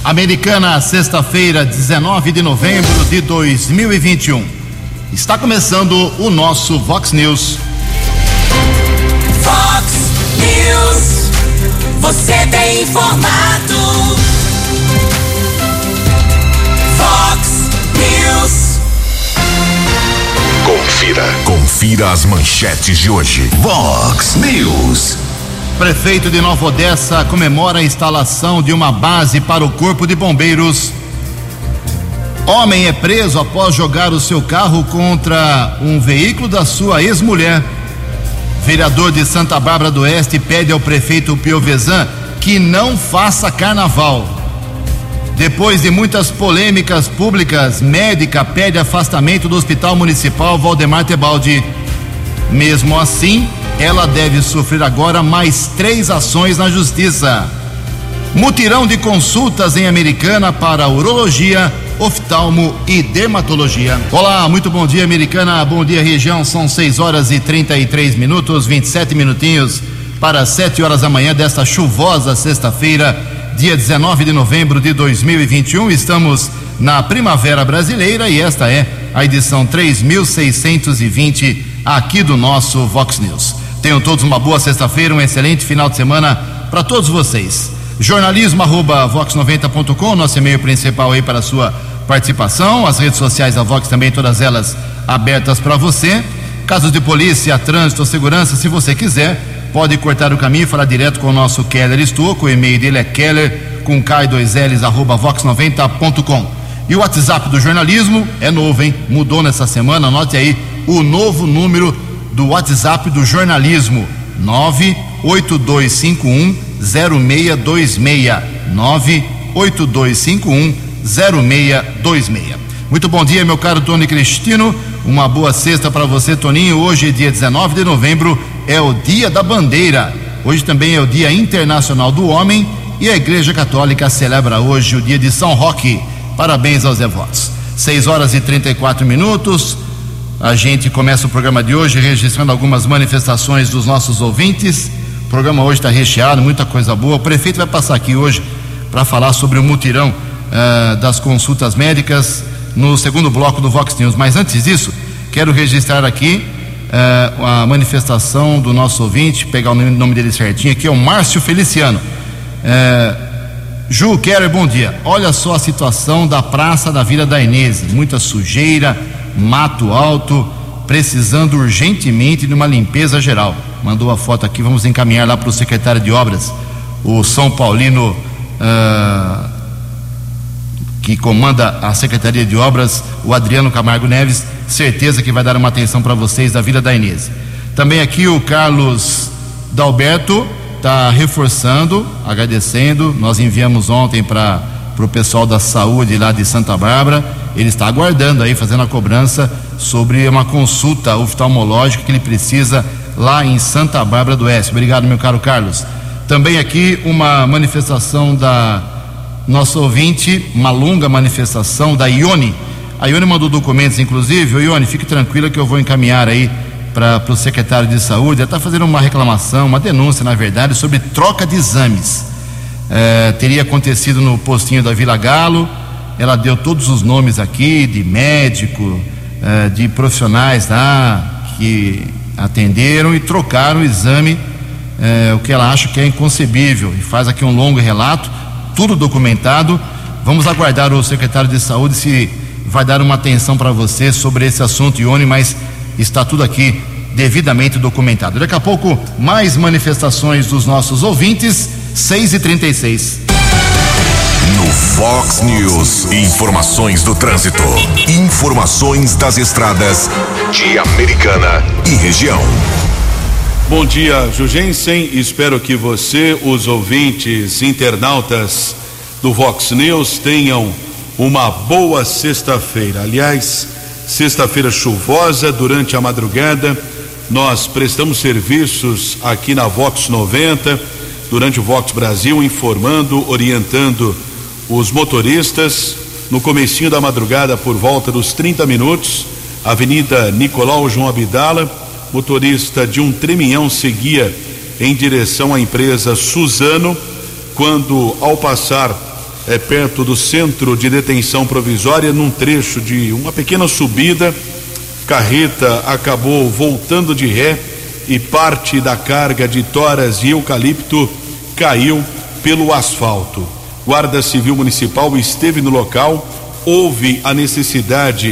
Americana, sexta-feira, 19 de novembro de 2021. Está começando o nosso Vox News. Vox News, você tem informado. Vox News. Confira as manchetes de hoje. Vox News. Prefeito de Nova Odessa comemora a instalação de uma base para o Corpo de Bombeiros. Homem é preso após jogar o seu carro contra um veículo da sua ex-mulher. Vereador de Santa Bárbara do Oeste pede ao prefeito Piovesan que não faça carnaval. Depois de muitas polêmicas públicas, médica pede afastamento do Hospital Municipal Valdemar Tebaldi. Mesmo assim, ela deve sofrer agora mais 3 ações na Justiça. Mutirão de consultas em Americana para urologia, oftalmo e dermatologia. Olá, muito bom dia, Americana, bom dia, região. São 6h33, 27 minutinhos para 7 horas da manhã desta chuvosa sexta-feira, dia 19 de novembro de 2021. Estamos na Primavera Brasileira e esta é a edição 3620 aqui do nosso Vox News. Tenham todos uma boa sexta-feira, um excelente final de semana para todos vocês. Jornalismo@vox90.com, nosso e-mail principal aí para a sua participação. As redes sociais da Vox também, todas elas abertas para você. Casos de polícia, trânsito, segurança, se você quiser, pode cortar o caminho e falar direto com o nosso Keller Estouco. O e-mail dele é keller com K2Ls @vox90.com. E o WhatsApp do jornalismo é novo, hein? Mudou nessa semana, anote aí o novo número do WhatsApp do jornalismo: 982510626. 982510626. Muito bom dia, meu caro Tony Cristino. Uma boa sexta para você, Toninho. Hoje, dia 19 de novembro, é o Dia da Bandeira. Hoje também é o Dia Internacional do Homem e a Igreja Católica celebra hoje o dia de São Roque. Parabéns aos devotos. 6h34. A gente começa o programa de hoje registrando algumas manifestações dos nossos ouvintes. O programa hoje está recheado, muita coisa boa. O prefeito vai passar aqui hoje para falar sobre o mutirão das consultas médicas no segundo bloco do Vox News. Mas antes disso, quero registrar aqui a manifestação do nosso ouvinte, pegar o nome dele certinho aqui, é o Márcio Feliciano. Ju, Keller, bom dia. Olha só a situação da Praça da Vila da Inês, muita sujeira, mato alto, precisando urgentemente de uma limpeza geral. Mandou a foto aqui, vamos encaminhar lá para o secretário de obras, o São Paulino, que comanda a Secretaria de Obras, o Adriano Camargo Neves. Certeza que vai dar uma atenção para vocês da Vila da Inês. Também aqui o Carlos Dalberto está reforçando, agradecendo. Nós enviamos ontem para o pessoal da saúde lá de Santa Bárbara. Ele está aguardando aí, fazendo a cobrança sobre uma consulta oftalmológica que ele precisa lá em Santa Bárbara do Oeste. Obrigado, meu caro Carlos. Também aqui uma manifestação da nossa ouvinte, uma longa manifestação da Ione. A Ione mandou documentos, inclusive. Ô Ione, fique tranquila que eu vou encaminhar aí para o secretário de saúde. Ela está fazendo uma reclamação, uma denúncia, na verdade, sobre troca de exames. Teria acontecido no postinho da Vila Galo. Ela deu todos os nomes aqui de médico, de profissionais lá que atenderam e trocaram o exame, o que ela acha que é inconcebível. E faz aqui um longo relato, tudo documentado. Vamos aguardar o secretário de saúde se vai dar uma atenção para você sobre esse assunto, Ione, mas está tudo aqui devidamente documentado. Daqui a pouco, mais manifestações dos nossos ouvintes. 6h36. No Vox News, informações do trânsito, informações das estradas de Americana e região. Bom dia, Jugensen. Espero que você, os ouvintes, internautas do Vox News, tenham uma boa sexta-feira. Aliás, sexta-feira chuvosa. Durante a madrugada nós prestamos serviços aqui na Vox 90, durante o Vox Brasil, informando, orientando os motoristas. No comecinho da madrugada, por volta dos 30 minutos, Avenida Nicolau João Abdala, motorista de um tremião seguia em direção à empresa Suzano, quando ao passar perto do centro de detenção provisória, num trecho de uma pequena subida, carreta acabou voltando de ré e parte da carga de toras e eucalipto caiu pelo asfalto. Guarda Civil Municipal esteve no local, houve a necessidade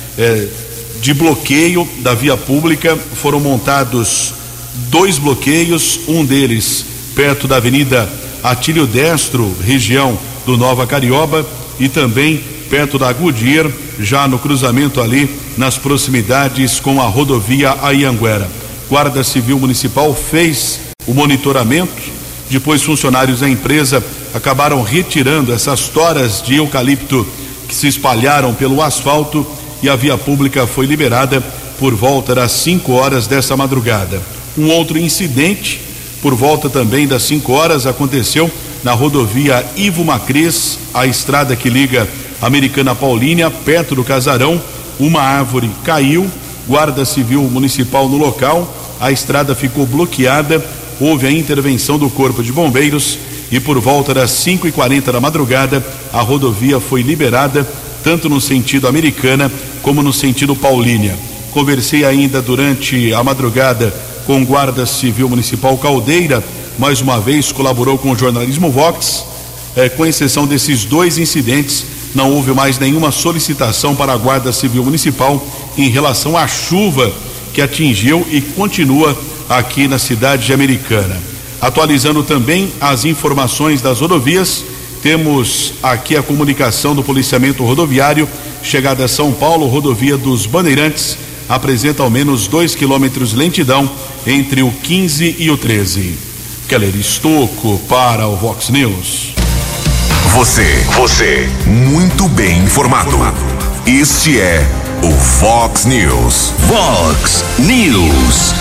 de bloqueio da via pública, foram montados 2 bloqueios, um deles perto da Avenida Atílio Destro, região do Nova Carioba, e também perto da Goodyear, já no cruzamento ali nas proximidades com a rodovia Anhanguera. Guarda Civil Municipal fez o monitoramento, depois funcionários da empresa acabaram retirando essas toras de eucalipto que se espalharam pelo asfalto e a via pública foi liberada por volta das 5 horas dessa madrugada. Um outro incidente, por volta também das 5 horas, aconteceu na rodovia Ivo Macris, a estrada que liga Americana a Paulínia, perto do Casarão. Uma árvore caiu, Guarda Civil Municipal no local, a estrada ficou bloqueada, houve a intervenção do Corpo de Bombeiros e por volta das 5h40 da madrugada a rodovia foi liberada, tanto no sentido Americana como no sentido Paulínia. Conversei ainda durante a madrugada com o Guarda Civil Municipal Caldeira, mais uma vez colaborou com o jornalismo Vox. Com exceção desses 2 incidentes, não houve mais nenhuma solicitação para a Guarda Civil Municipal em relação à chuva que atingiu e continua aqui na cidade de Americana. Atualizando também as informações das rodovias, temos aqui a comunicação do policiamento rodoviário, chegada a São Paulo, rodovia dos Bandeirantes, apresenta ao menos 2 quilômetros de lentidão entre o 15 e o 13. Keller Estocco para o Vox News. Você, muito bem informado. Este é o Vox News. Vox News.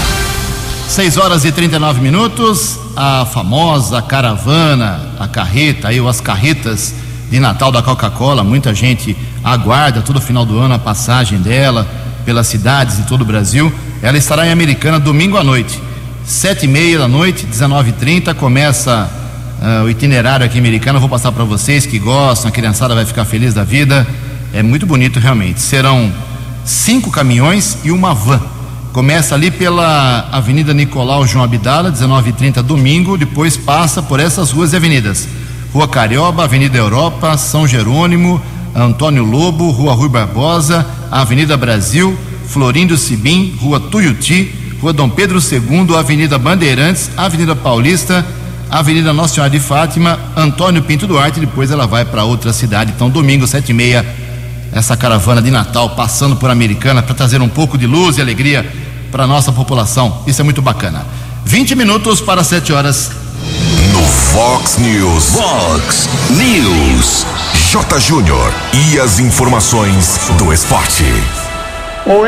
6h39. A famosa caravana, a carreta, ou as carretas de Natal da Coca-Cola, muita gente aguarda todo final do ano a passagem dela pelas cidades de todo o Brasil. Ela estará em Americana domingo à noite, 7h30 da noite, 19h30, começa o itinerário aqui em Americana. Vou passar para vocês que gostam, a criançada vai ficar feliz da vida, é muito bonito realmente. Serão 5 caminhões e uma van. Começa ali pela Avenida Nicolau João Abdala, 19h30 domingo, depois passa por essas ruas e avenidas: Rua Carioba, Avenida Europa, São Jerônimo, Antônio Lobo, Rua Rui Barbosa, Avenida Brasil, Florindo Sibim, Rua Tuiuti, Rua Dom Pedro II, Avenida Bandeirantes, Avenida Paulista, Avenida Nossa Senhora de Fátima, Antônio Pinto Duarte. Depois ela vai para outra cidade. Então domingo, 7h30, essa caravana de Natal passando por Americana para trazer um pouco de luz e alegria para a nossa população. Isso é muito bacana. 20 minutos para 7 horas. No Vox News. Vox News. J. Júnior e as informações do esporte. O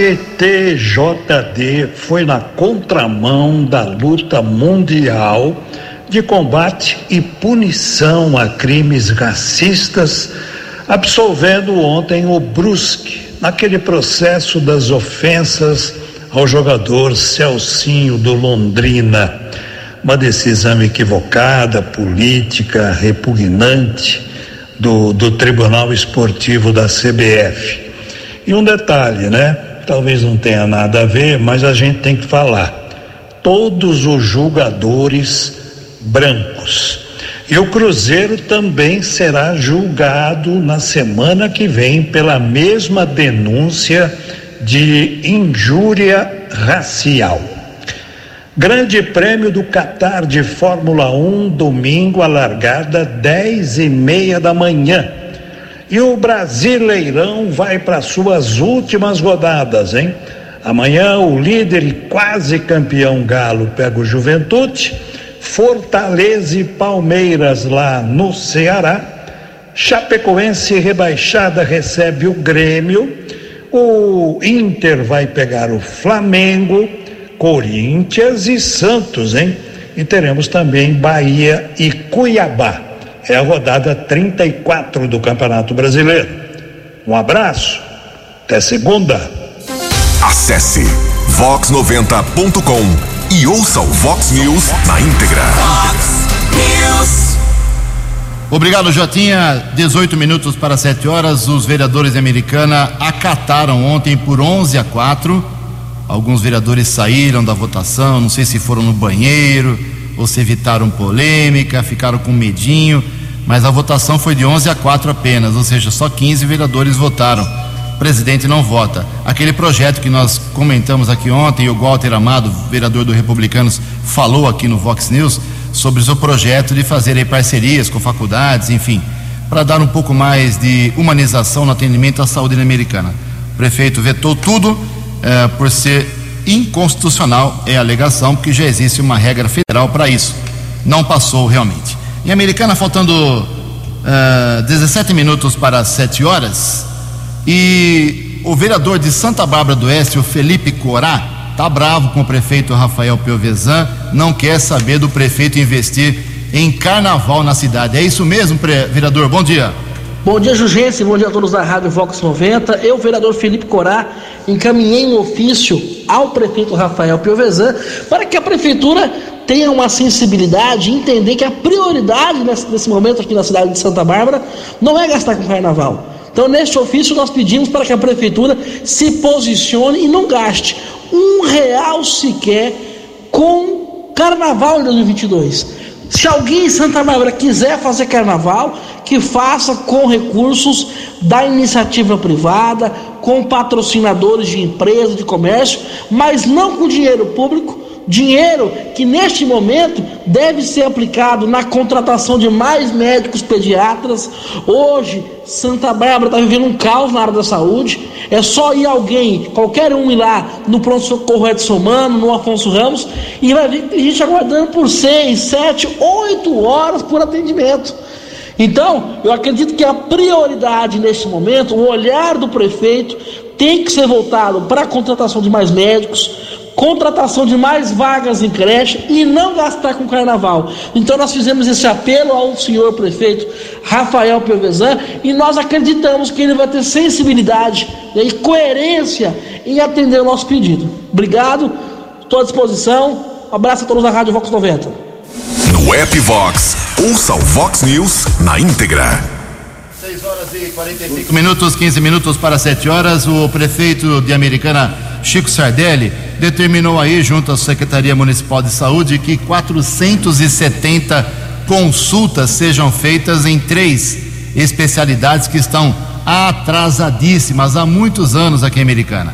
STJD foi na contramão da luta mundial de combate e punição a crimes racistas, absolvendo ontem o Brusque naquele processo das ofensas ao jogador Celcinho do Londrina. Uma decisão equivocada, política, repugnante do Tribunal Esportivo da CBF. E um detalhe, né? Talvez não tenha nada a ver, mas a gente tem que falar. Todos os jogadores brancos. E o Cruzeiro também será julgado na semana que vem pela mesma denúncia de injúria racial. Grande Prêmio do Catar de Fórmula 1, domingo, a largada 10h30 da manhã. E o Brasileirão vai para suas últimas rodadas, hein? Amanhã o líder e quase campeão Galo pega o Juventude, Fortaleza e Palmeiras lá no Ceará, Chapecoense rebaixada recebe o Grêmio, o Inter vai pegar o Flamengo, Corinthians e Santos, hein? E teremos também Bahia e Cuiabá. É a rodada 34 do Campeonato Brasileiro. Um abraço, até segunda. Acesse vox90.com e ouça o Vox News na íntegra. Vox News. Obrigado, Jotinha. 18 minutos para 7 horas. Os vereadores de Americana acataram ontem por 11-4. Alguns vereadores saíram da votação, não sei se foram no banheiro ou se evitaram polêmica, ficaram com medinho, mas a votação foi de 11-4 apenas, ou seja, só 15 vereadores votaram. O presidente não vota. Aquele projeto que nós comentamos aqui ontem, e o Walter Amado, vereador do Republicanos, falou aqui no Vox News sobre o seu projeto de fazer aí parcerias com faculdades, enfim, para dar um pouco mais de humanização no atendimento à saúde na Americana. O prefeito vetou tudo por ser inconstitucional, é a alegação, porque já existe uma regra federal para isso. Não passou realmente. Em Americana, faltando 17 minutos para 7 horas, e o vereador de Santa Bárbara do Oeste, o Felipe Corá, está bravo com o prefeito Rafael Piovesan, não quer saber do prefeito investir em carnaval na cidade. É isso mesmo, vereador? Bom dia. Bom dia, Jugense, bom dia a todos da Rádio Vox 90. Eu, vereador Felipe Corá, encaminhei um ofício ao prefeito Rafael Piovesan para que a prefeitura tenha uma sensibilidade e entender que a prioridade nesse momento aqui na cidade de Santa Bárbara não é gastar com carnaval. Então, neste ofício, nós pedimos para que a prefeitura se posicione e não gaste R$1 sequer com carnaval em 2022. Se alguém em Santa Bárbara quiser fazer carnaval, que faça com recursos da iniciativa privada, com patrocinadores de empresas, de comércio, mas não com dinheiro público, dinheiro que neste momento deve ser aplicado na contratação de mais médicos pediatras. Hoje, Santa Bárbara está vivendo um caos na área da saúde. É só ir alguém, qualquer um ir lá no pronto-socorro Edson Mano, no Afonso Ramos, e vai ver que tem gente aguardando por 6, 7, 8 horas por atendimento. Então, eu acredito que a prioridade neste momento, o olhar do prefeito tem que ser voltado para a contratação de mais médicos, contratação de mais vagas em creche e não gastar com carnaval. Então nós fizemos esse apelo ao senhor prefeito Rafael Piovesan e nós acreditamos que ele vai ter sensibilidade e coerência em atender o nosso pedido. Obrigado, estou à disposição. Um abraço a todos da Rádio Vox 90. No app Vox, ouça o Vox News na íntegra. 6 horas e 45 minutos, 15 minutos para 7 horas. O prefeito de Americana, Chico Sardelli, determinou aí, junto à Secretaria Municipal de Saúde, que 470 consultas sejam feitas em 3 especialidades que estão atrasadíssimas há muitos anos aqui em Americana.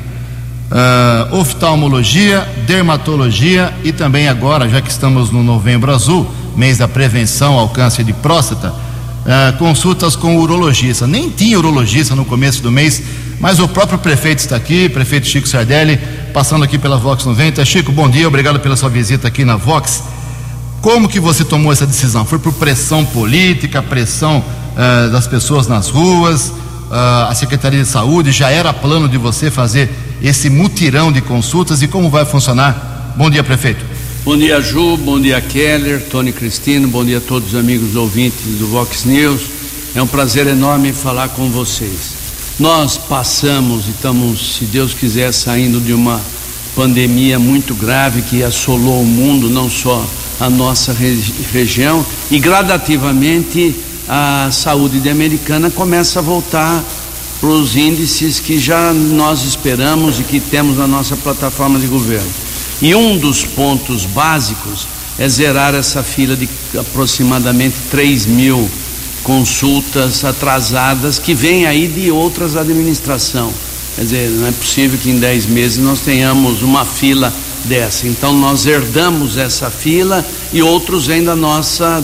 Oftalmologia, dermatologia e também agora, já que estamos no Novembro Azul, mês da prevenção ao câncer de próstata, consultas com urologista. Nem tinha urologista no começo do mês, mas o próprio prefeito está aqui, prefeito Chico Sardelli, passando aqui pela Vox 90. Chico, bom dia, obrigado pela sua visita aqui na Vox. Como que você tomou essa decisão? Foi por pressão política, pressão das pessoas nas ruas? A Secretaria de Saúde, já era plano de você fazer esse mutirão de consultas, e como vai funcionar? Bom dia, prefeito. Bom dia, Ju, bom dia, Keller, Tony Cristino, bom dia a todos os amigos ouvintes do Vox News. É um prazer enorme falar com vocês. Nós passamos e estamos, se Deus quiser, saindo de uma pandemia muito grave que assolou o mundo, não só a nossa região, e gradativamente a saúde de Americana começa a voltar para os índices que já nós esperamos e que temos na nossa plataforma de governo. E um dos pontos básicos é zerar essa fila de aproximadamente 3.000 consultas atrasadas que vem aí de outras administrações. Quer dizer, não é possível que em 10 meses nós tenhamos uma fila dessa. Então nós herdamos essa fila e outros vêm da nossa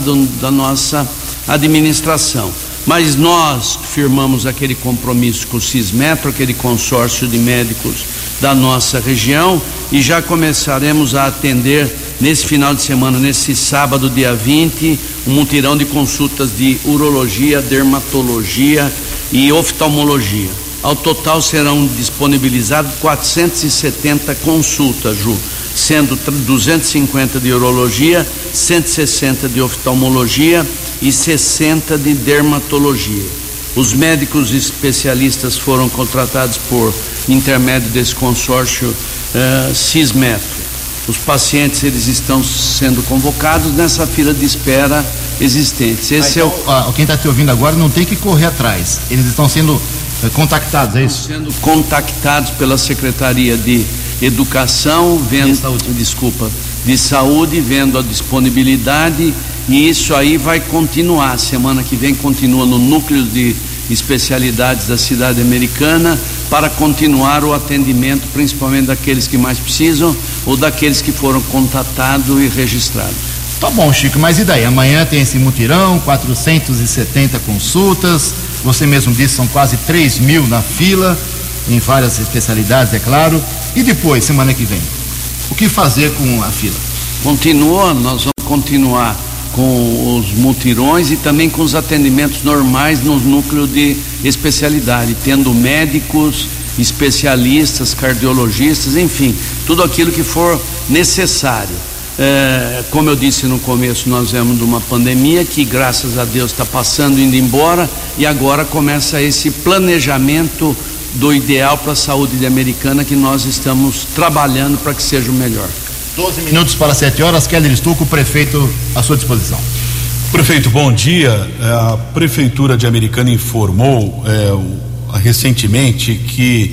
administração. Mas nós firmamos aquele compromisso com o Cismetro, aquele consórcio de médicos da nossa região, e já começaremos a atender nesse final de semana, nesse sábado, dia 20, um mutirão de consultas de urologia, dermatologia e oftalmologia. Ao total serão disponibilizadas 470 consultas, Ju, sendo 250 de urologia, 160 de oftalmologia e 60 de dermatologia. Os médicos especialistas foram contratados por intermédio desse consórcio Cismetro. Os pacientes, eles estão sendo convocados nessa fila de espera existentes. Esse quem está te ouvindo agora não tem que correr atrás. Eles estão sendo contactados, é isso? Sendo contactados pela Secretaria de Educação, de Saúde, vendo a disponibilidade, e isso aí vai continuar. Semana que vem continua no núcleo de especialidades da cidade americana para continuar o atendimento, principalmente daqueles que mais precisam ou daqueles que foram contatados e registrados. Tá bom, Chico, mas e daí? Amanhã tem esse mutirão, 470 consultas, você mesmo disse, são quase 3.000 na fila, em várias especialidades, é claro. E depois, semana que vem, o que fazer com a fila? Nós vamos continuar com os mutirões e também com os atendimentos normais no núcleo de especialidade, tendo médicos, especialistas, cardiologistas, enfim, tudo aquilo que for necessário. Como eu disse no começo, nós vemos de uma pandemia que, graças a Deus, está passando, indo embora, e agora começa esse planejamento do ideal para a saúde de Americana, que nós estamos trabalhando para que seja o melhor. 12 minutos para 7 horas, Keller Estouco, prefeito, à sua disposição. Prefeito, bom dia. A Prefeitura de Americana informou recentemente que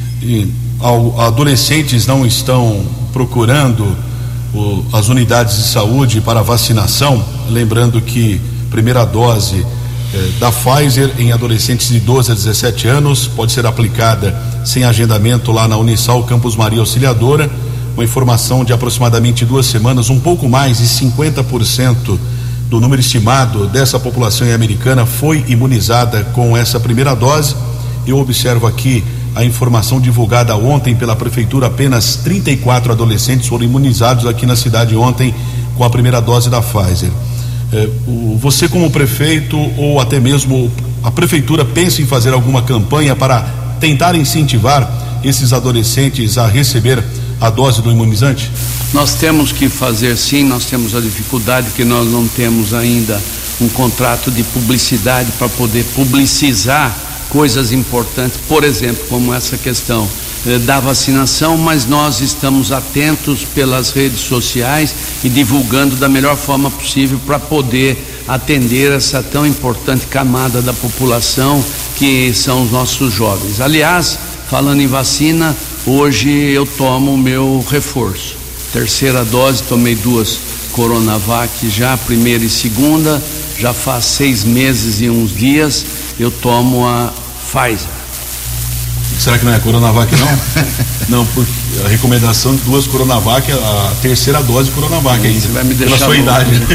adolescentes não estão procurando as unidades de saúde para vacinação, lembrando que primeira dose da Pfizer em adolescentes de 12 a 17 anos pode ser aplicada sem agendamento lá na Unisal Campus Maria Auxiliadora. Uma informação de aproximadamente 2 semanas, um pouco mais de 50% do número estimado dessa população americana foi imunizada com essa primeira dose. Eu observo aqui a informação divulgada ontem pela Prefeitura, apenas 34 adolescentes foram imunizados aqui na cidade ontem com a primeira dose da Pfizer. Você, como prefeito, ou até mesmo a Prefeitura, pensa em fazer alguma campanha para tentar incentivar esses adolescentes a receber a dose do imunizante? Nós temos que fazer, sim. Nós temos a dificuldade que nós não temos ainda um contrato de publicidade para poder publicizar coisas importantes, por exemplo, como essa questão da vacinação, mas nós estamos atentos pelas redes sociais e divulgando da melhor forma possível para poder atender essa tão importante camada da população que são os nossos jovens. Aliás, falando em vacina, hoje eu tomo o meu reforço, terceira dose, tomei 2 Coronavac já, primeira e segunda, já faz 6 meses e uns dias eu tomo a Pfizer. Será que não é Coronavac, não? Não, porque a recomendação de 2 Coronavac, a terceira dose de Coronavac ainda. Você vai me deixar pela sua idade, né?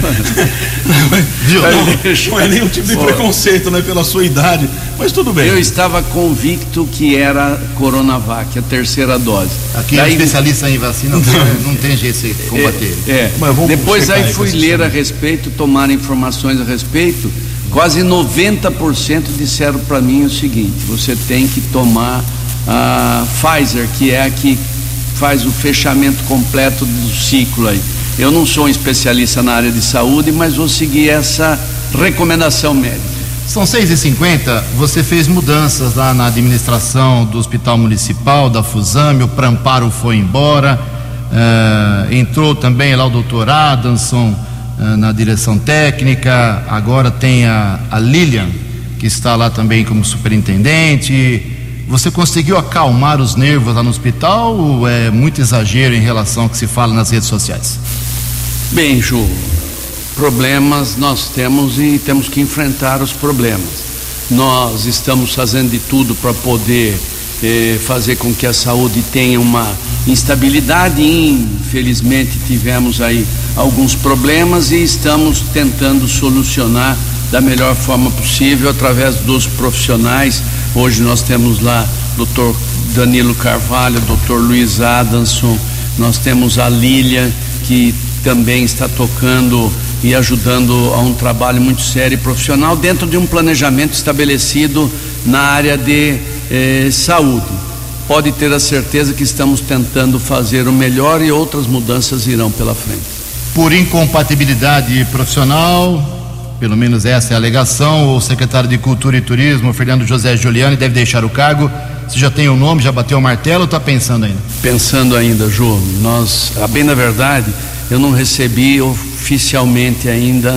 Não é nenhum tipo de preconceito, né? Pela sua idade, mas tudo bem. Eu estava convicto que era Coronavac, a terceira dose. Aqui é especialista em vacina, não tem jeito de combater. Mas depois aí fui ler a respeito, tomar informações a respeito. Quase 90% disseram para mim o seguinte: você tem que tomar a Pfizer, que é a que faz o fechamento completo do ciclo aí. Eu não sou um especialista na área de saúde, mas vou seguir essa recomendação médica. São 6h50, você fez mudanças lá na administração do Hospital Municipal, da Fusame, o Pramparo foi embora, entrou também lá o doutor Adamson na direção técnica, agora tem a Lilian, que está lá também como superintendente. Você conseguiu acalmar os nervos lá no hospital ou é muito exagero em relação ao que se fala nas redes sociais? Bem, Ju, problemas nós temos e temos que enfrentar os problemas. Nós estamos fazendo de tudo para poder fazer com que a saúde tenha uma instabilidade. Infelizmente tivemos aí alguns problemas e estamos tentando solucionar da melhor forma possível através dos profissionais. Hoje nós temos lá Dr. Danilo Carvalho, Dr. Luiz Adamson, nós temos a Lília, que também está tocando e ajudando a um trabalho muito sério e profissional dentro de um planejamento estabelecido na área de saúde. Pode ter a certeza que estamos tentando fazer o melhor e outras mudanças irão pela frente. Por incompatibilidade profissional, pelo menos essa é a alegação, o secretário de Cultura e Turismo, Fernando José Giuliani, deve deixar o cargo. Você já tem o nome, já bateu o martelo ou está pensando ainda? Pensando ainda, Ju. A bem da verdade, eu não recebi oficialmente ainda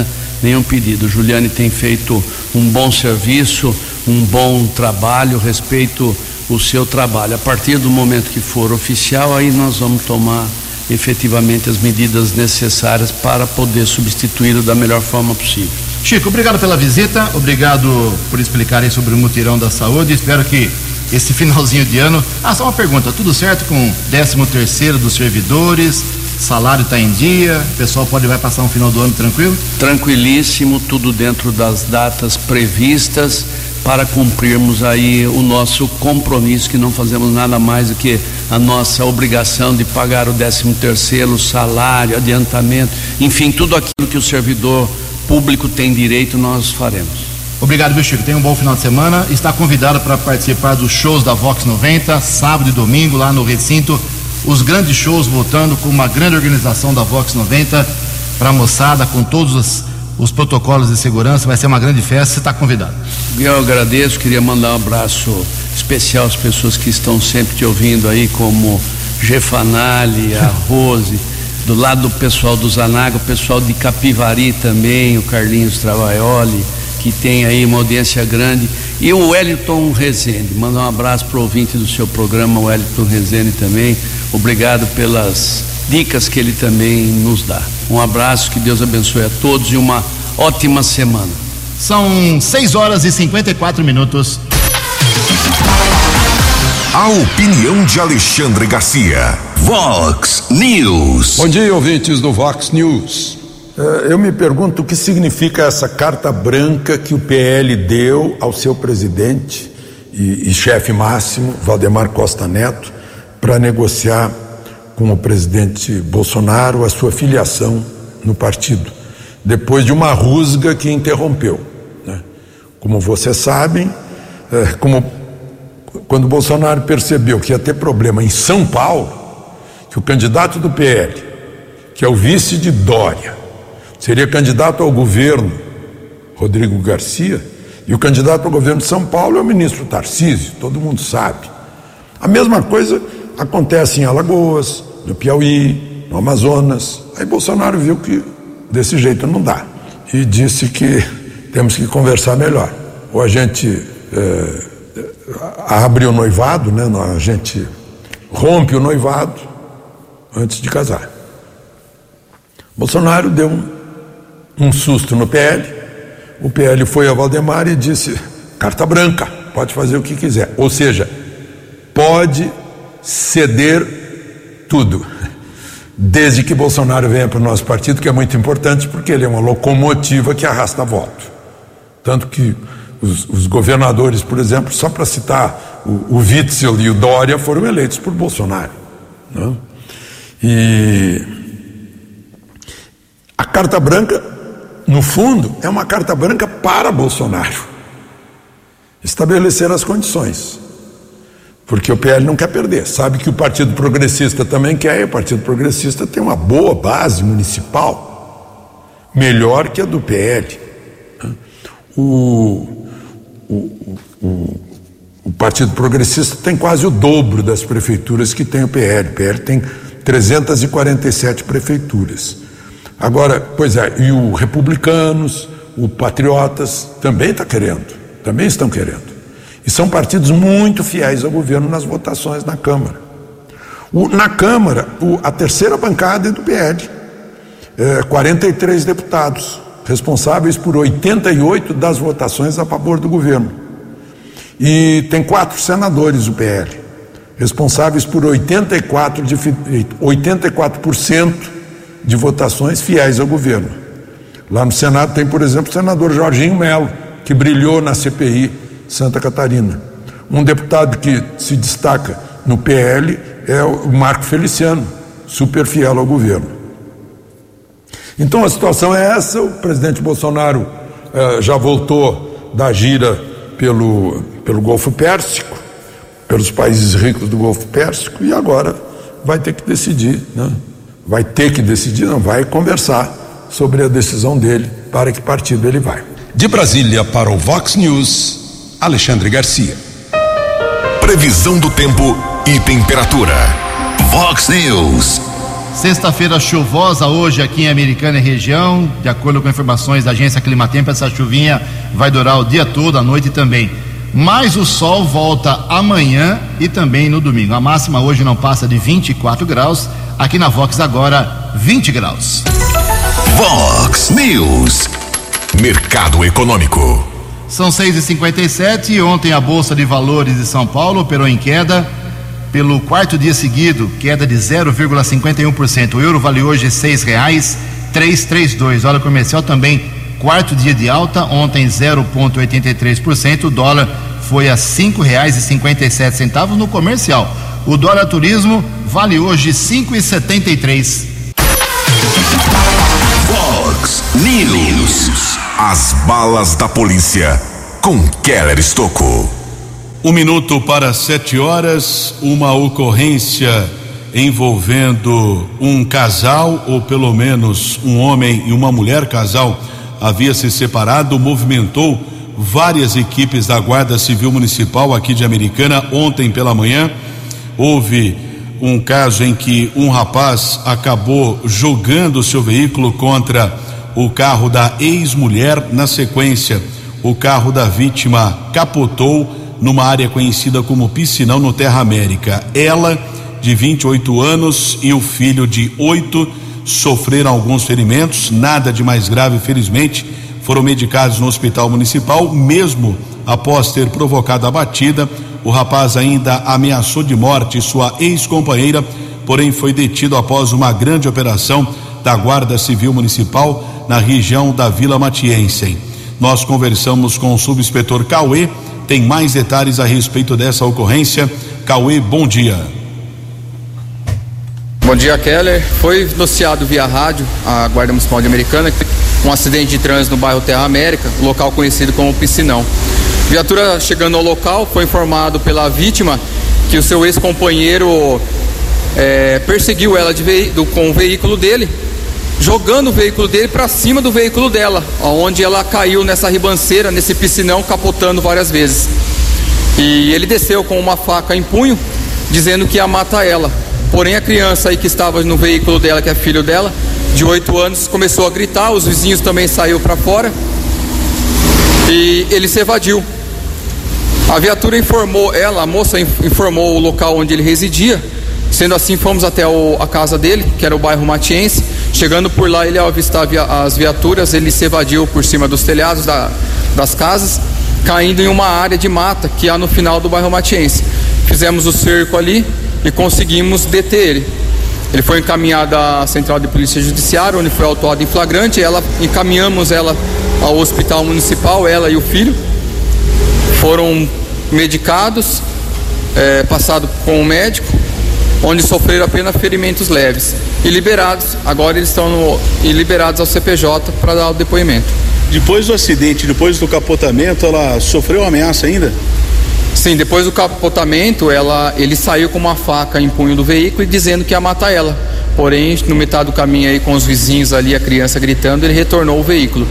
nenhum pedido. Juliane tem feito um bom serviço, um bom trabalho, respeito o seu trabalho. A partir do momento que for oficial, aí nós vamos tomar efetivamente as medidas necessárias para poder substituí-lo da melhor forma possível. Chico, obrigado pela visita, obrigado por explicar aí sobre o mutirão da saúde. Espero que esse finalzinho de ano... só uma pergunta, tudo certo com 13º dos servidores? Salário está em dia? O pessoal vai passar um final do ano tranquilo? Tranquilíssimo, tudo dentro das datas previstas para cumprirmos aí o nosso compromisso, que não fazemos nada mais do que a nossa obrigação de pagar o 13º, salário, adiantamento, enfim, tudo aquilo que o servidor público tem direito, nós faremos. Obrigado, meu Chico. Tenha um bom final de semana. Está convidado para participar dos shows da Vox 90, sábado e domingo, lá no recinto. Os grandes shows voltando com uma grande organização da Vox 90 para a moçada, com todos os protocolos de segurança. Vai ser uma grande festa. Você está convidado. Eu agradeço. Queria mandar um abraço especial às pessoas que estão sempre te ouvindo aí, como Gefanali, a Rose, do lado do pessoal do Zanaga, o pessoal de Capivari também, o Carlinhos Travaioli, que tem aí uma audiência grande, e o Wellington Rezende. Mandar um abraço para o ouvinte do seu programa, o Wellington Rezende também. Obrigado pelas dicas que ele também nos dá. Um abraço, que Deus abençoe a todos e uma ótima semana. São 6:54. A opinião de Alexandre Garcia. Vox News. Bom dia, ouvintes do Vox News. Eu me pergunto o que significa essa carta branca que o PL deu ao seu presidente e chefe máximo, Valdemar Costa Neto, para negociar com o presidente Bolsonaro a sua filiação no partido, depois de uma rusga que interrompeu, né? Como vocês sabem, quando Bolsonaro percebeu que ia ter problema em São Paulo, que o candidato do PL, que é o vice de Dória, seria candidato ao governo, Rodrigo Garcia, e o candidato ao governo de São Paulo é o ministro Tarcísio, todo mundo sabe. A mesma coisa acontece em Alagoas, no Piauí, no Amazonas. Aí Bolsonaro viu que desse jeito não dá e disse que temos que conversar melhor. Ou a gente abre o noivado, né? A gente rompe o noivado antes de casar. Bolsonaro deu um susto no PL. O PL foi a Valdemar e disse: carta branca, pode fazer o que quiser. Ou seja, pode ceder tudo, desde que Bolsonaro venha para o nosso partido, que é muito importante, porque ele é uma locomotiva que arrasta voto. Tanto que os governadores, por exemplo, só para citar, o Witzel e o Dória foram eleitos por Bolsonaro, né? E a carta branca, no fundo, é uma carta branca para Bolsonaro estabelecer as condições, porque o PL não quer perder, sabe que o Partido Progressista também quer, e o Partido Progressista tem uma boa base municipal, melhor que a do PL. O Partido Progressista tem quase o dobro das prefeituras que tem o PL. O PL tem 347 prefeituras. Agora, pois é, e o Republicanos, o Patriotas também estão querendo. E são partidos muito fiéis ao governo nas votações na Câmara. Na Câmara, a terceira bancada é do PL, 43 deputados, responsáveis por 88 das votações a favor do governo. E tem 4 senadores do PL, responsáveis por 84% de votações fiéis ao governo. Lá no Senado tem, por exemplo, o senador Jorginho Melo, que brilhou na CPI Santa Catarina. Um deputado que se destaca no PL é o Marco Feliciano, super fiel ao governo. Então a situação é essa. O presidente Bolsonaro já voltou da gira pelo Golfo Pérsico, pelos países ricos do Golfo Pérsico, e agora vai ter que decidir, né? Vai conversar sobre a decisão dele, para que partido ele vai. De Brasília para o Vox News, Alexandre Garcia. Previsão do tempo e temperatura. Vox News. Sexta-feira chuvosa hoje aqui em Americana e região. De acordo com informações da agência Climatempo, essa chuvinha vai durar o dia todo, a noite também. Mas o sol volta amanhã e também no domingo. A máxima hoje não passa de 24 graus. Aqui na Vox agora, 20 graus. Vox News. Mercado Econômico. São 6h57. Ontem a Bolsa de Valores de São Paulo operou em queda pelo quarto dia seguido, queda de 0,51%. O euro vale hoje R$ 6,332. Dólar comercial também, quarto dia de alta, ontem 0,83%. O dólar foi a R$ 5,57 no comercial. O dólar turismo vale hoje R$ 5,73. Vox News. As balas da polícia com Keller Estocco. 7:01, uma ocorrência envolvendo um casal, ou pelo menos um homem e uma mulher. Casal havia se separado, movimentou várias equipes da Guarda Civil Municipal aqui de Americana. Ontem pela manhã houve um caso em que um rapaz acabou jogando o seu veículo contra o carro da ex-mulher. Na sequência, o carro da vítima capotou numa área conhecida como Piscinão, no Terra América. Ela, de 28 anos, e o filho de 8 sofreram alguns ferimentos, nada de mais grave, felizmente. Foram medicados no hospital municipal. Mesmo após ter provocado a batida, o rapaz ainda ameaçou de morte sua ex-companheira, porém foi detido após uma grande operação da Guarda Civil Municipal na região da Vila Matiense. Nós conversamos com o subinspetor Cauê, tem mais detalhes a respeito dessa ocorrência. Cauê, bom dia. Bom dia, Keller. Foi noticiado via rádio a Guarda Municipal de Americana um acidente de trânsito no bairro Terra América, local conhecido como Piscinão. Viatura chegando ao local, foi informado pela vítima que o seu ex-companheiro perseguiu ela com o veículo dele, jogando o veículo dele para cima do veículo dela, onde ela caiu nessa ribanceira, nesse piscinão, capotando várias vezes. E ele desceu com uma faca em punho, dizendo que ia matar ela. Porém, a criança aí que estava no veículo dela, que é filho dela, de 8 anos, começou a gritar. Os vizinhos também saíram para fora e ele se evadiu. A viatura informou ela, a moça informou o local onde ele residia. Sendo assim, fomos até a casa dele, que era o bairro Matiense. Chegando por lá, ele, ao avistar as viaturas, ele se evadiu por cima dos telhados das casas, caindo em uma área de mata que há no final do bairro Matiense. Fizemos o cerco ali e conseguimos deter ele. Ele foi encaminhado à Central de Polícia Judiciária, onde foi autuado em flagrante. Encaminhamos ela ao Hospital Municipal, ela e o filho. Foram medicados, passado com o médico, onde sofreram apenas ferimentos leves e liberados. Agora eles estão liberados ao CPJ para dar o depoimento. Depois do acidente, depois do capotamento, ela sofreu ameaça ainda? Sim, depois do capotamento, ele saiu com uma faca em punho do veículo e dizendo que ia matar ela. Porém, no metade do caminho aí, com os vizinhos ali, a criança gritando, ele retornou o veículo.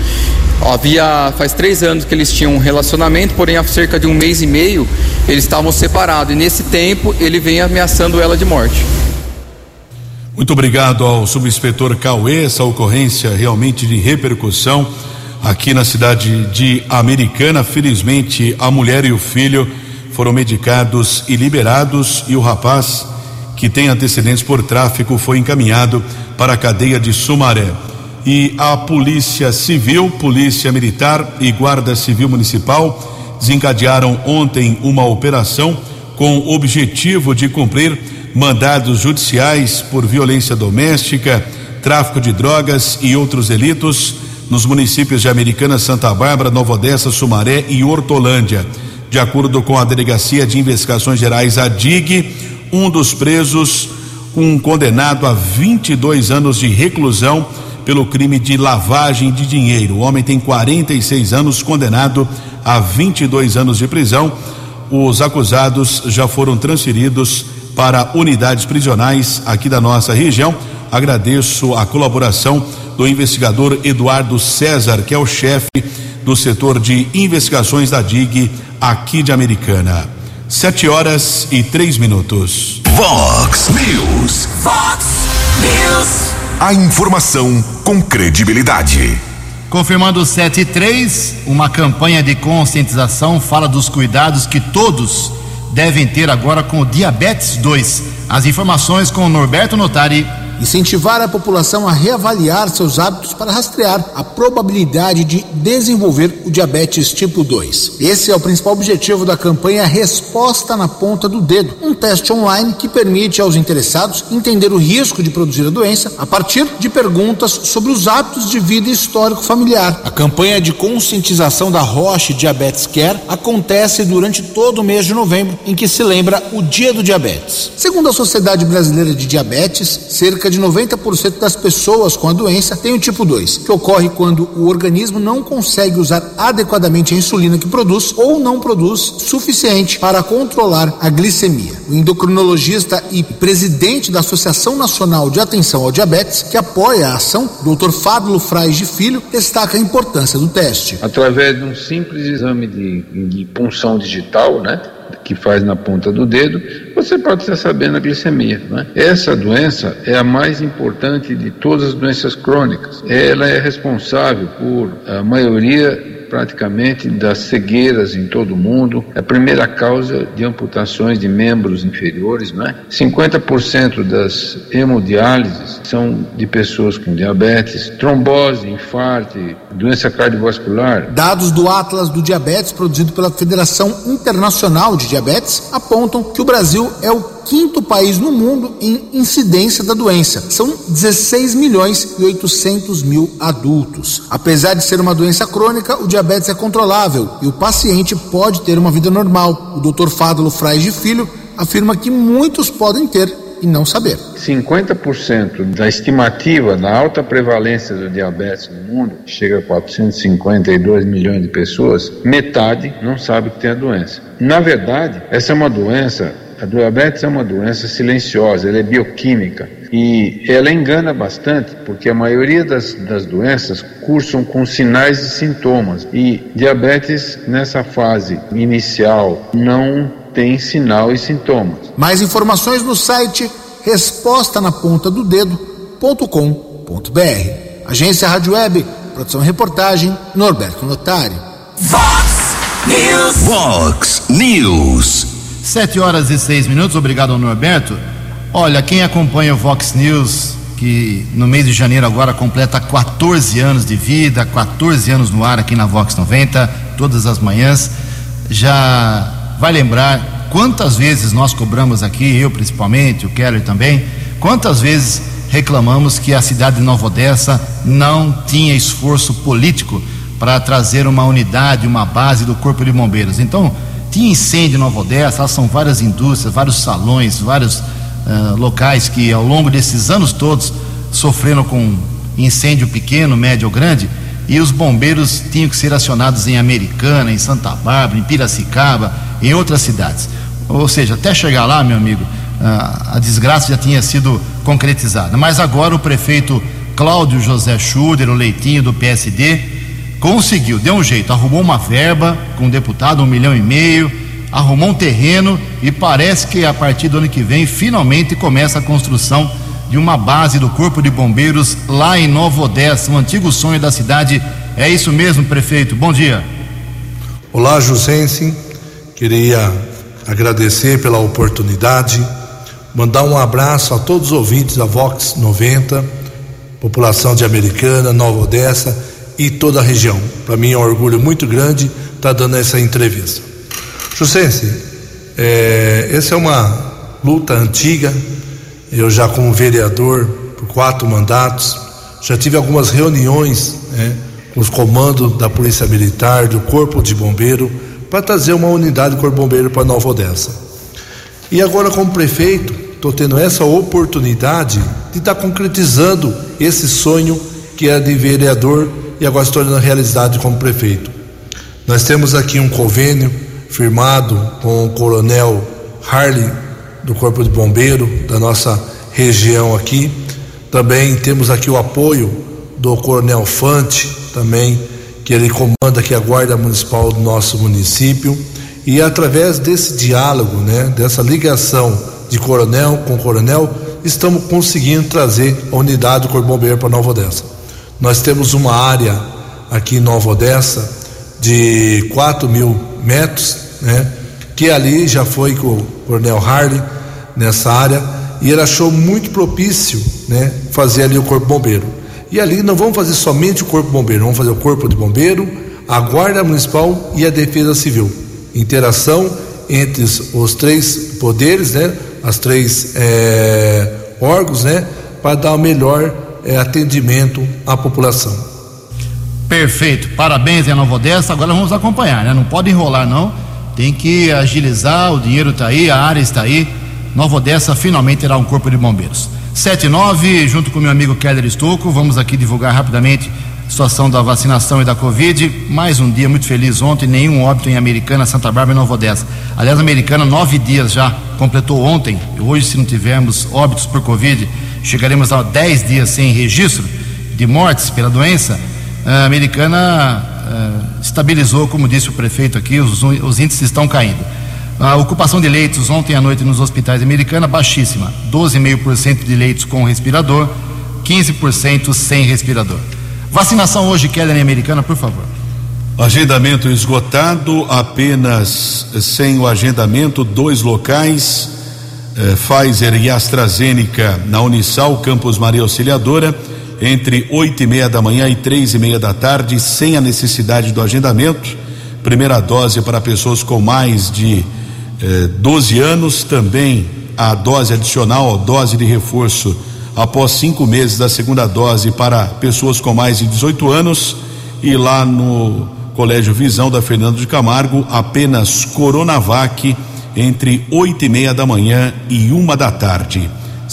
Faz 3 anos que eles tinham um relacionamento, porém há cerca de 1 mês e meio eles estavam separados, e nesse tempo ele vem ameaçando ela de morte. Muito obrigado ao subinspetor Cauê. Essa ocorrência realmente de repercussão aqui na cidade de Americana. Felizmente a mulher e o filho foram medicados e liberados, e o rapaz, que tem antecedentes por tráfico, foi encaminhado para a cadeia de Sumaré. E a Polícia Civil, Polícia Militar e Guarda Civil Municipal desencadearam ontem uma operação com o objetivo de cumprir mandados judiciais por violência doméstica, tráfico de drogas e outros delitos nos municípios de Americana, Santa Bárbara, Nova Odessa, Sumaré e Hortolândia. De acordo com a Delegacia de Investigações Gerais, a DIG, um dos presos, um condenado a 22 anos de reclusão pelo crime de lavagem de dinheiro. O homem tem 46 anos, condenado a 22 anos de prisão. Os acusados já foram transferidos para unidades prisionais aqui da nossa região. Agradeço a colaboração do investigador Eduardo César, que é o chefe do setor de investigações da DIG aqui de Americana. 7:03. Vox News. Vox News. A informação com credibilidade. Confirmando 7:03, uma campanha de conscientização fala dos cuidados que todos devem ter agora com o diabetes 2. As informações com o Norberto Notari. Incentivar a população a reavaliar seus hábitos para rastrear a probabilidade de desenvolver o diabetes tipo 2. Esse é o principal objetivo da campanha Resposta na Ponta do Dedo, um teste online que permite aos interessados entender o risco de produzir a doença a partir de perguntas sobre os hábitos de vida e histórico familiar. A campanha de conscientização da Roche Diabetes Care acontece durante todo o mês de novembro, em que se lembra o Dia do Diabetes. Segundo a Sociedade Brasileira de Diabetes, cerca de 90% das pessoas com a doença têm o tipo 2, que ocorre quando o organismo não consegue usar adequadamente a insulina que produz ou não produz suficiente para controlar a glicemia. O endocrinologista e presidente da Associação Nacional de Atenção ao Diabetes, que apoia a ação, Dr. Fábio Frais de Filho, destaca a importância do teste. Através de um simples exame de punção digital, que faz na ponta do dedo, você pode estar sabendo a glicemia, Essa doença é a mais importante de todas as doenças crônicas. Ela é responsável por a maioria praticamente das cegueiras em todo o mundo, é a primeira causa de amputações de membros inferiores, 50% das hemodiálises são de pessoas com diabetes, trombose, infarto, doença cardiovascular. Dados do Atlas do Diabetes, produzido pela Federação Internacional de Diabetes, apontam que o Brasil é o 5º país no mundo em incidência da doença. São 16.800.000 adultos. Apesar de ser uma doença crônica, o diabetes é controlável e o paciente pode ter uma vida normal. O Dr. Fábio Frais de Filho afirma que muitos podem ter e não saber. 50% da estimativa da alta prevalência do diabetes no mundo, chega a 452 milhões de pessoas, metade não sabe que tem a doença. Na verdade, essa é uma doença. A diabetes é uma doença silenciosa, ela é bioquímica e ela engana bastante porque a maioria das doenças cursam com sinais e sintomas e diabetes nessa fase inicial não tem sinal e sintomas. Mais informações no site respostanapontadodedo.com.br. Agência Rádio Web, produção e reportagem, Norberto Notari. Vox News. Vox News. 7:06. Obrigado ao Norberto. Olha, quem acompanha o Vox News, que no mês de janeiro agora completa 14 anos de vida, 14 anos no ar aqui na Vox 90, todas as manhãs, já vai lembrar quantas vezes nós cobramos aqui, eu principalmente, o Keller também, quantas vezes reclamamos que a cidade de Nova Odessa não tinha esforço político para trazer uma unidade, uma base do Corpo de Bombeiros. Então, tinha incêndio em Nova Odessa, são várias indústrias, vários salões, vários locais que ao longo desses anos todos sofreram com incêndio pequeno, médio ou grande, e os bombeiros tinham que ser acionados em Americana, em Santa Bárbara, em Piracicaba, em outras cidades. Ou seja, até chegar lá, meu amigo, a desgraça já tinha sido concretizada. Mas agora o prefeito Cláudio José Schuder, o Leitinho do PSD, conseguiu, deu um jeito, arrumou uma verba com um deputado, 1,5 milhão, arrumou um terreno e parece que a partir do ano que vem finalmente começa a construção de uma base do Corpo de Bombeiros lá em Nova Odessa, um antigo sonho da cidade. É isso mesmo, prefeito? Bom dia. Olá, Jusense. Queria agradecer pela oportunidade, mandar um abraço a todos os ouvintes da Vox 90, população de Americana, Nova Odessa e toda a região. Para mim é um orgulho muito grande estar dando essa entrevista. Jusense, essa é uma luta antiga. Eu já como vereador por 4 mandatos, já tive algumas reuniões com os comandos da Polícia Militar, do Corpo de Bombeiro, para trazer uma unidade do Corpo de Bombeiro para Nova Odessa. E agora como prefeito, estou tendo essa oportunidade de estar concretizando esse sonho que era de vereador e agora se tornando realidade como prefeito. Nós temos aqui um convênio firmado com o Coronel Harley do Corpo de Bombeiro da nossa região aqui. Também temos aqui o apoio do Coronel Fante, também, que ele comanda aqui a Guarda Municipal do nosso município. E através desse diálogo, dessa ligação de coronel com coronel, estamos conseguindo trazer a unidade do Corpo de Bombeiro para Nova Odessa. Nós temos uma área aqui em Nova Odessa de 4.000 metros, né? Que ali já foi com o Coronel Harley nessa área, e ele achou muito propício, né, fazer ali o Corpo Bombeiro. E ali não vamos fazer somente o Corpo Bombeiro, vamos fazer o Corpo de Bombeiro, a Guarda Municipal e a Defesa Civil. Interação entre os três poderes, né, as três órgãos, né, para dar o melhor atendimento à população. Perfeito, parabéns em Nova Odessa. Agora vamos acompanhar, né? Não pode enrolar não, tem que agilizar, o dinheiro está aí, a área está aí. Nova Odessa finalmente terá um corpo de bombeiros. 7:09, junto com meu amigo Keller Estocco, vamos aqui divulgar rapidamente a situação da vacinação e da Covid. Mais um dia muito feliz ontem, nenhum óbito em Americana, Santa Bárbara e Nova Odessa. Aliás, Americana 9 dias já completou ontem. Hoje, se não tivermos óbitos por Covid, chegaremos a 10 dias sem registro de mortes pela doença. A Americana estabilizou, como disse o prefeito aqui, os índices estão caindo. A ocupação de leitos ontem à noite nos hospitais Americana baixíssima, 12,5% de leitos com respirador, 15% sem respirador. Vacinação hoje, Keller, em Americana, por favor. Agendamento esgotado, apenas sem o agendamento, 2 locais, Pfizer e AstraZeneca na Unisal, Campus Maria Auxiliadora, entre 8:30 da manhã e 3:30 da tarde, sem a necessidade do agendamento. Primeira dose para pessoas com mais de 12 anos, também a dose adicional, a dose de reforço após 5 meses da segunda dose para pessoas com mais de 18 anos. E lá no Colégio Visão da Fernando de Camargo, apenas Coronavac entre 8:30 da manhã e 1 da tarde.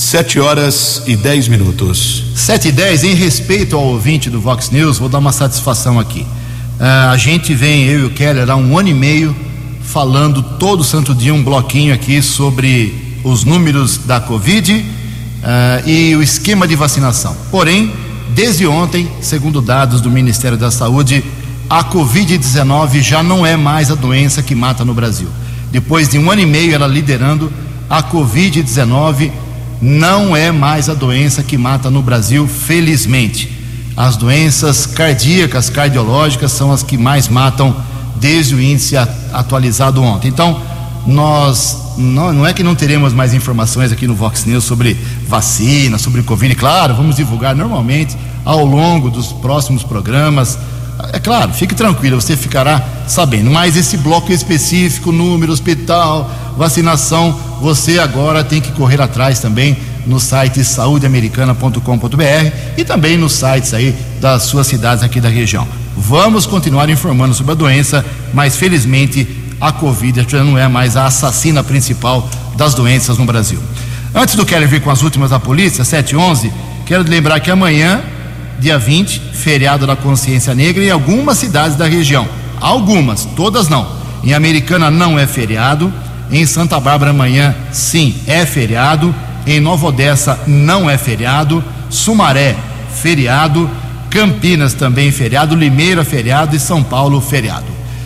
7:10. 7:10, em respeito ao ouvinte do Vox News, vou dar uma satisfação aqui. A gente vem, eu e o Keller, há 1 ano e meio, falando todo santo dia um bloquinho aqui sobre os números da Covid e o esquema de vacinação. Porém, desde ontem, segundo dados do Ministério da Saúde, a Covid-19 já não é mais a doença que mata no Brasil. Depois de 1 ano e meio ela liderando, a Covid-19 não é mais a doença que mata no Brasil, felizmente. As doenças cardíacas, cardiológicas, são as que mais matam desde o índice atualizado ontem. Então, nós não é que não teremos mais informações aqui no Vox News sobre vacina, sobre Covid. Claro, vamos divulgar normalmente ao longo dos próximos programas. É claro, fique tranquilo, você ficará sabendo. Mas esse bloco específico, número, hospital, vacinação, você agora tem que correr atrás também no site saudeamericana.com.br e também nos sites aí das suas cidades aqui da região. Vamos continuar informando sobre a doença, mas felizmente a Covid já não é mais a assassina principal das doenças no Brasil. Antes do Keller vir com as últimas da polícia, 7:11, quero lembrar que amanhã, dia 20, feriado da Consciência Negra em algumas cidades da região. Algumas, todas não. Em Americana não é feriado, em Santa Bárbara amanhã sim é feriado, em Nova Odessa não é feriado, Sumaré feriado, Campinas também feriado, Limeira feriado e São Paulo feriado.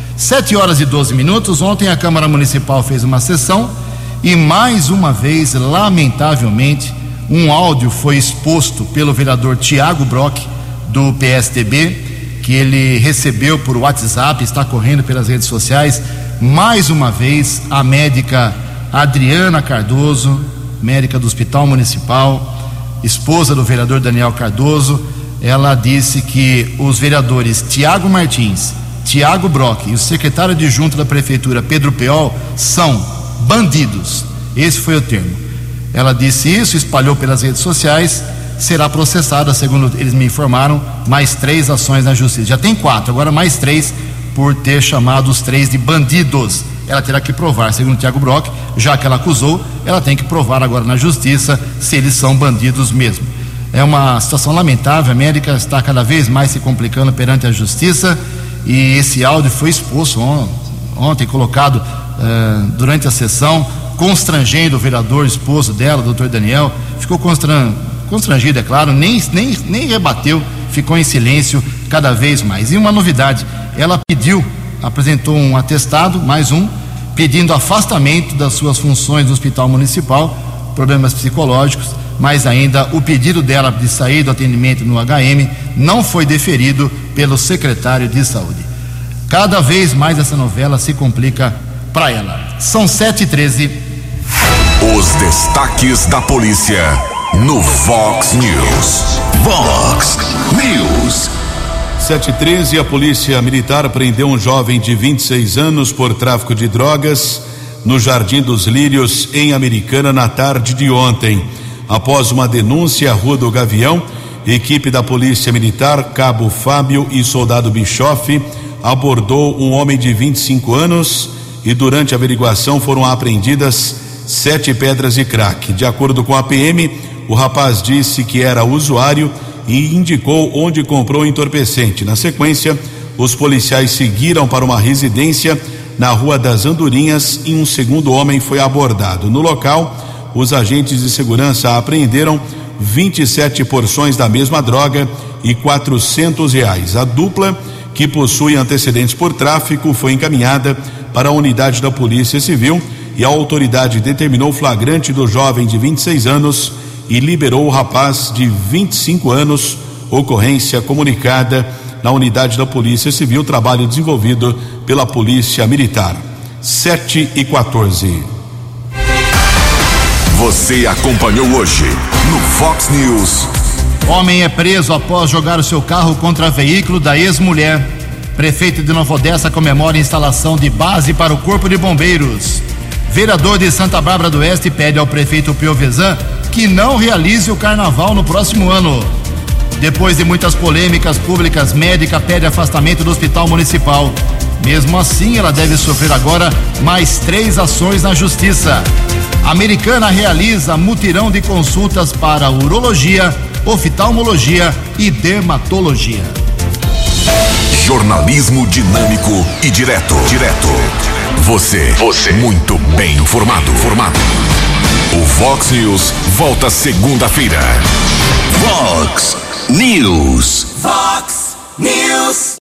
7:12. Ontem a Câmara Municipal fez uma sessão e mais uma vez, lamentavelmente, um áudio foi exposto pelo vereador Tiago Brock, do PSDB, que ele recebeu por WhatsApp, está correndo pelas redes sociais. Mais uma vez, a médica Adriana Cardoso, médica do Hospital Municipal, esposa do vereador Daniel Cardoso, ela disse que os vereadores Tiago Martins, Tiago Brock e o secretário adjunto da Prefeitura, Pedro Peol, são bandidos. Esse foi o termo. Ela disse isso, espalhou pelas redes sociais, será processada, segundo eles me informaram, mais 3 ações na justiça. Já tem 4, agora mais 3 por ter chamado os 3 de bandidos. Ela terá que provar, segundo o Tiago Brock, já que ela acusou, ela tem que provar agora na justiça se eles são bandidos mesmo. É uma situação lamentável, a América está cada vez mais se complicando perante a justiça e esse áudio foi exposto ontem, colocado durante a sessão, constrangendo o vereador, esposo dela, o doutor Daniel, ficou constrangido, é claro, nem rebateu, ficou em silêncio cada vez mais. E uma novidade, ela apresentou um atestado, mais um, pedindo afastamento das suas funções no Hospital Municipal, problemas psicológicos. mas ainda o pedido dela de sair do atendimento no HM não foi deferido pelo secretário de Saúde. Cada vez mais essa novela se complica para ela. São 7h13. Os destaques da polícia no Vox News. Vox News. 7h13, a polícia militar prendeu um jovem de 26 anos por tráfico de drogas no Jardim dos Lírios, em Americana, na tarde de ontem. Após uma denúncia à Rua do Gavião, equipe da Polícia Militar, Cabo Fábio e Soldado Bischoff, abordou um homem de 25 anos e durante a averiguação foram apreendidas 7 pedras de crack. De acordo com a PM, o rapaz disse que era usuário e indicou onde comprou o entorpecente. Na sequência, os policiais seguiram para uma residência na Rua das Andorinhas e um segundo homem foi abordado. No local, os agentes de segurança apreenderam 27 porções da mesma droga e R$400. A dupla, que possui antecedentes por tráfico, foi encaminhada para a unidade da Polícia Civil e a autoridade determinou o flagrante do jovem de 26 anos e liberou o rapaz de 25 anos. Ocorrência comunicada na unidade da Polícia Civil, trabalho desenvolvido pela Polícia Militar. 7h14. Você acompanhou hoje no Fox News. Homem é preso após jogar o seu carro contra veículo da ex-mulher. Prefeito de Nova Odessa comemora instalação de base para o Corpo de Bombeiros. Vereador de Santa Bárbara do Oeste pede ao prefeito Piovesan que não realize o carnaval no próximo ano. Depois de muitas polêmicas públicas, médica pede afastamento do hospital municipal. Mesmo assim, ela deve sofrer agora mais 3 ações na justiça. Americana realiza mutirão de consultas para urologia, oftalmologia e dermatologia. Jornalismo dinâmico e direto. Você muito bem informado. O Vox News volta segunda-feira. Vox News. Vox News.